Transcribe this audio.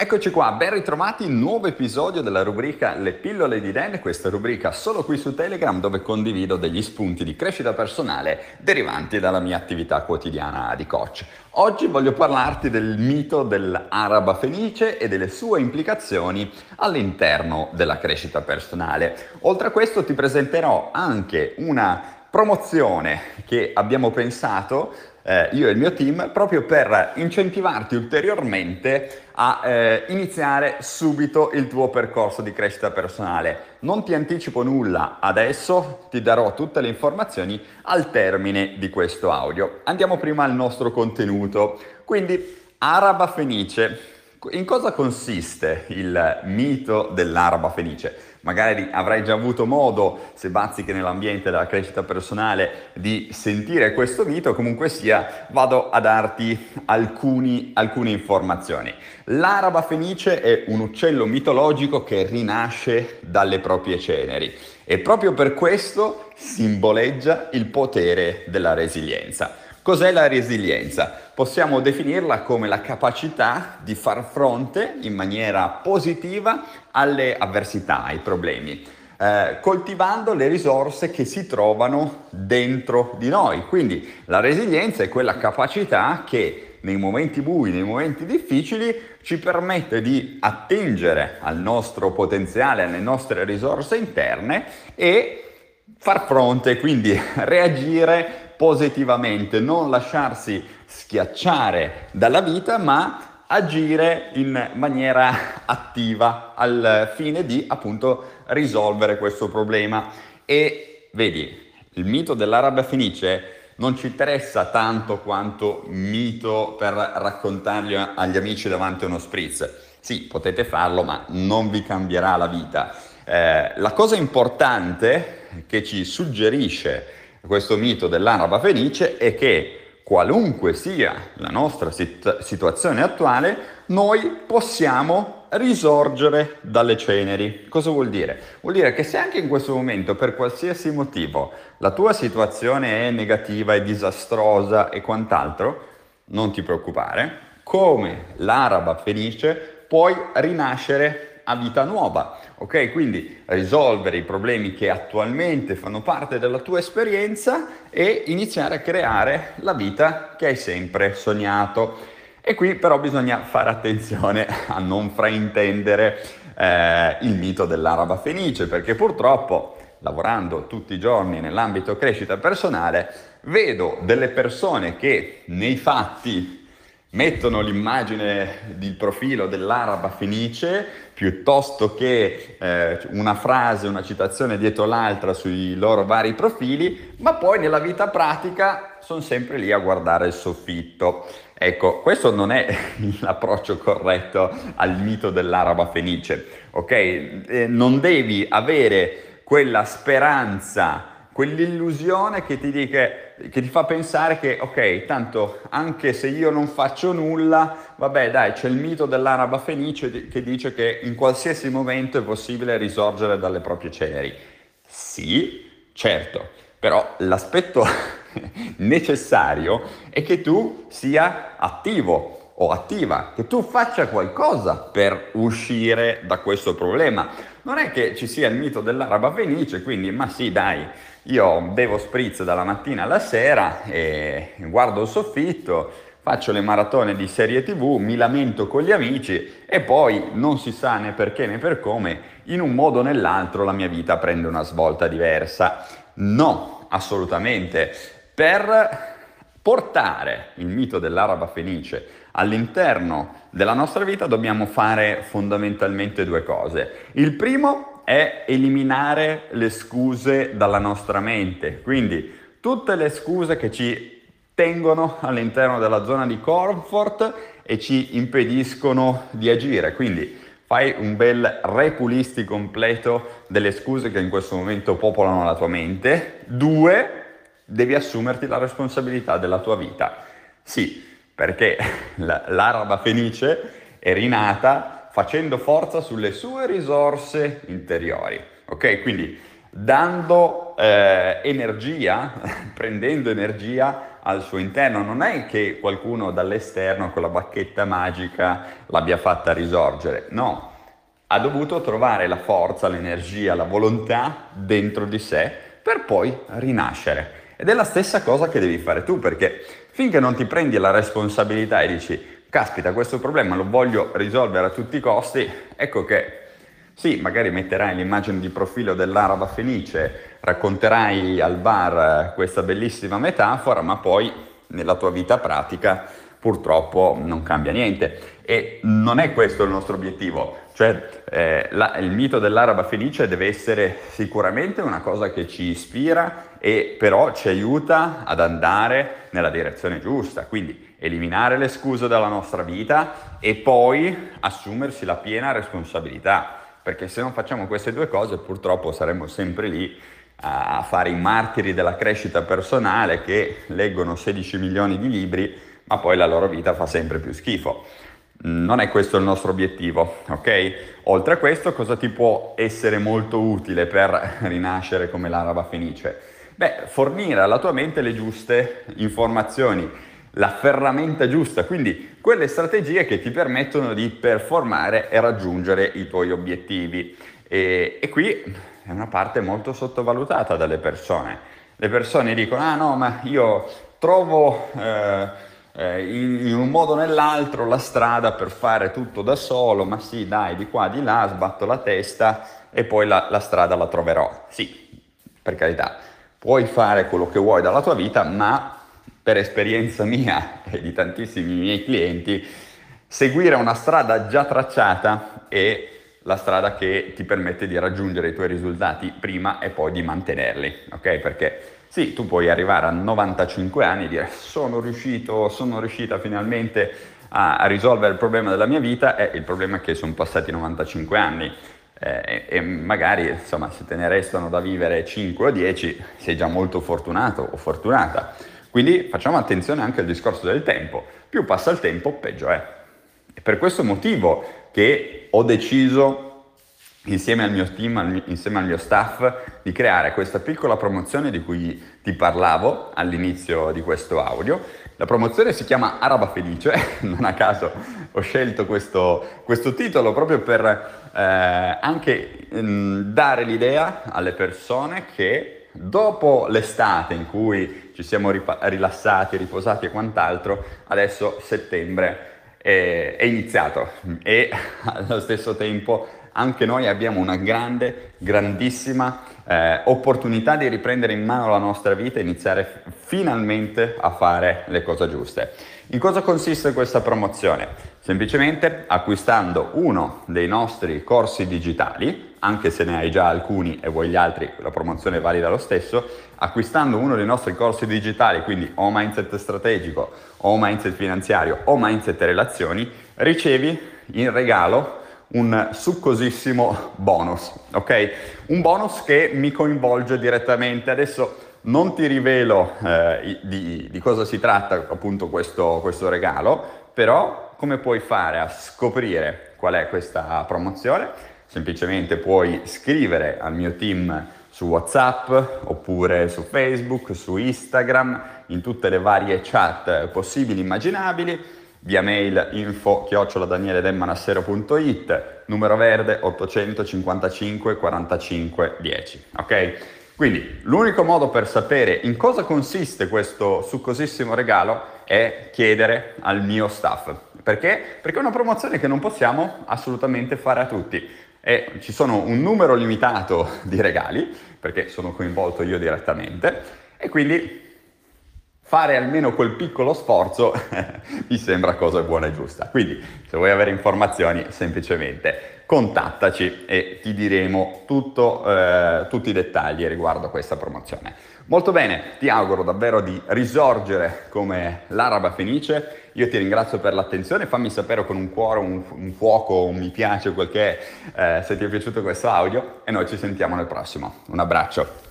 Eccoci qua, ben ritrovati, nuovo episodio della rubrica Le pillole di Dan, questa rubrica solo qui su Telegram dove condivido degli spunti di crescita personale derivanti dalla mia attività quotidiana di coach. Oggi voglio parlarti del mito dell'araba fenice e delle sue implicazioni all'interno della crescita personale. Oltre a questo ti presenterò anche una promozione che abbiamo pensato io e il mio team proprio per incentivarti ulteriormente a iniziare subito il tuo percorso di crescita personale. Non ti anticipo nulla adesso, ti darò tutte le informazioni al termine di questo audio. Andiamo prima al nostro contenuto. Quindi, araba fenice. In cosa consiste il mito dell'araba fenice? Magari avrai già avuto modo, se bazzichi nell'ambiente della crescita personale, di sentire questo mito. Comunque sia, vado a darti alcune informazioni. L'araba fenice è un uccello mitologico che rinasce dalle proprie ceneri e proprio per questo simboleggia il potere della resilienza. Cos'è la resilienza? Possiamo definirla come la capacità di far fronte in maniera positiva alle avversità, ai problemi, coltivando le risorse che si trovano dentro di noi. Quindi la resilienza è quella capacità che nei momenti bui, nei momenti difficili, ci permette di attingere al nostro potenziale, alle nostre risorse interne e far fronte, quindi reagire positivamente, non lasciarsi schiacciare dalla vita, ma agire in maniera attiva al fine di appunto risolvere questo problema. E vedi, il mito dell'araba fenice non ci interessa tanto quanto mito per raccontargli agli amici davanti a uno spritz. Sì, potete farlo, ma non vi cambierà la vita. La cosa importante che ci suggerisce questo mito dell'araba fenice è che qualunque sia la nostra situazione attuale, noi possiamo risorgere dalle ceneri. Cosa vuol dire? Vuol dire che se anche in questo momento, per qualsiasi motivo, la tua situazione è negativa, è disastrosa e quant'altro, non ti preoccupare, come l'araba fenice puoi rinascere a vita nuova, ok? Quindi risolvere i problemi che attualmente fanno parte della tua esperienza e iniziare a creare la vita che hai sempre sognato. E qui però bisogna fare attenzione a non fraintendere il mito dell'araba fenice, perché purtroppo, lavorando tutti i giorni nell'ambito crescita personale, vedo delle persone che nei fatti mettono l'immagine di profilo dell'araba fenice piuttosto che una frase, una citazione dietro l'altra sui loro vari profili, ma poi nella vita pratica sono sempre lì a guardare il soffitto. Ecco, questo non è l'approccio corretto al mito dell'araba fenice, ok? Non devi avere quella speranza, quell'illusione che ti fa pensare che ok, tanto anche se io non faccio nulla, vabbè dai, c'è il mito dell'araba fenice che dice che in qualsiasi momento è possibile risorgere dalle proprie ceneri. Sì, certo, però l'aspetto necessario è che tu sia attivo o attiva, che tu faccia qualcosa per uscire da questo problema. Non è che ci sia il mito dell'araba fenice, quindi ma sì dai, io bevo spritz dalla mattina alla sera e guardo il soffitto, faccio le maratone di serie TV, mi lamento con gli amici e poi non si sa né perché né per come, in un modo o nell'altro la mia vita prende una svolta diversa. No, assolutamente. Per portare il mito dell'araba fenice all'interno della nostra vita dobbiamo fare fondamentalmente due cose. Il primo è eliminare le scuse dalla nostra mente, quindi tutte le scuse che ci tengono all'interno della zona di comfort e ci impediscono di agire. Quindi fai un bel repulisti completo delle scuse che in questo momento popolano la tua mente. Due, devi assumerti la responsabilità della tua vita. Sì, perché l'araba fenice è rinata facendo forza sulle sue risorse interiori, ok? Quindi dando energia, prendendo energia al suo interno. Non è che qualcuno dall'esterno con la bacchetta magica l'abbia fatta risorgere, no. Ha dovuto trovare la forza, l'energia, la volontà dentro di sé per poi rinascere. Ed è la stessa cosa che devi fare tu, perché finché non ti prendi la responsabilità e dici caspita, questo problema lo voglio risolvere a tutti i costi, ecco che sì, magari metterai l'immagine di profilo dell'araba fenice, racconterai al bar questa bellissima metafora, ma poi nella tua vita pratica purtroppo non cambia niente. E non è questo il nostro obiettivo, cioè il mito dell'araba fenice deve essere sicuramente una cosa che ci ispira e però ci aiuta ad andare nella direzione giusta, quindi eliminare le scuse dalla nostra vita e poi assumersi la piena responsabilità, perché se non facciamo queste due cose purtroppo saremo sempre lì a fare i martiri della crescita personale che leggono 16 milioni di libri ma poi la loro vita fa sempre più schifo. Non è questo il nostro obiettivo, ok? Oltre a questo, cosa ti può essere molto utile per rinascere come l'araba fenice? Beh, fornire alla tua mente le giuste informazioni, la ferramenta giusta, quindi quelle strategie che ti permettono di performare e raggiungere i tuoi obiettivi. E qui è una parte molto sottovalutata dalle persone. Le persone dicono, ah no, ma io trovo in un modo o nell'altro la strada per fare tutto da solo, ma sì dai, di qua di là sbatto la testa e poi la strada la troverò. Sì, per carità, puoi fare quello che vuoi dalla tua vita, ma per esperienza mia e di tantissimi miei clienti, seguire una strada già tracciata è la strada che ti permette di raggiungere i tuoi risultati prima e poi di mantenerli, ok? Perché sì, tu puoi arrivare a 95 anni e dire sono riuscita finalmente a risolvere il problema della mia vita, e il problema è che sono passati 95 anni e magari insomma se te ne restano da vivere 5 o 10 sei già molto fortunato o fortunata. Quindi facciamo attenzione anche al discorso del tempo, più passa il tempo peggio è. È per questo motivo che ho deciso insieme al mio team, insieme al mio staff, di creare questa piccola promozione di cui ti parlavo all'inizio di questo audio. La promozione si chiama Araba Felice, non a caso ho scelto questo titolo proprio per anche dare l'idea alle persone che dopo l'estate in cui ci siamo rilassati, riposati e quant'altro, adesso settembre è iniziato e allo stesso tempo anche noi abbiamo una grandissima opportunità di riprendere in mano la nostra vita e iniziare finalmente a fare le cose giuste. In cosa consiste questa promozione? Semplicemente acquistando uno dei nostri corsi digitali, anche se ne hai già alcuni e vuoi gli altri, la promozione è valida lo stesso, acquistando uno dei nostri corsi digitali, quindi o mindset strategico, o mindset finanziario, o mindset relazioni, ricevi in regalo un succosissimo bonus, ok? Un bonus che mi coinvolge direttamente. Adesso non ti rivelo di cosa si tratta appunto questo regalo, però come puoi fare a scoprire qual è questa promozione? Semplicemente puoi scrivere al mio team su WhatsApp oppure su Facebook, su Instagram, in tutte le varie chat possibili e immaginabili, via mail info@danieledemmanassero.it, numero verde 855 45 10, ok? Quindi l'unico modo per sapere in cosa consiste questo succosissimo regalo è chiedere al mio staff. Perché? Perché è una promozione che non possiamo assolutamente fare a tutti. E ci sono un numero limitato di regali, perché sono coinvolto io direttamente, e quindi fare almeno quel piccolo sforzo mi sembra cosa buona e giusta. Quindi se vuoi avere informazioni semplicemente contattaci e ti diremo tutti i dettagli riguardo a questa promozione. Molto bene, ti auguro davvero di risorgere come l'araba fenice. Io ti ringrazio per l'attenzione, fammi sapere con un cuore, un fuoco, un mi piace, quel che è, se ti è piaciuto questo audio, e noi ci sentiamo nel prossimo. Un abbraccio.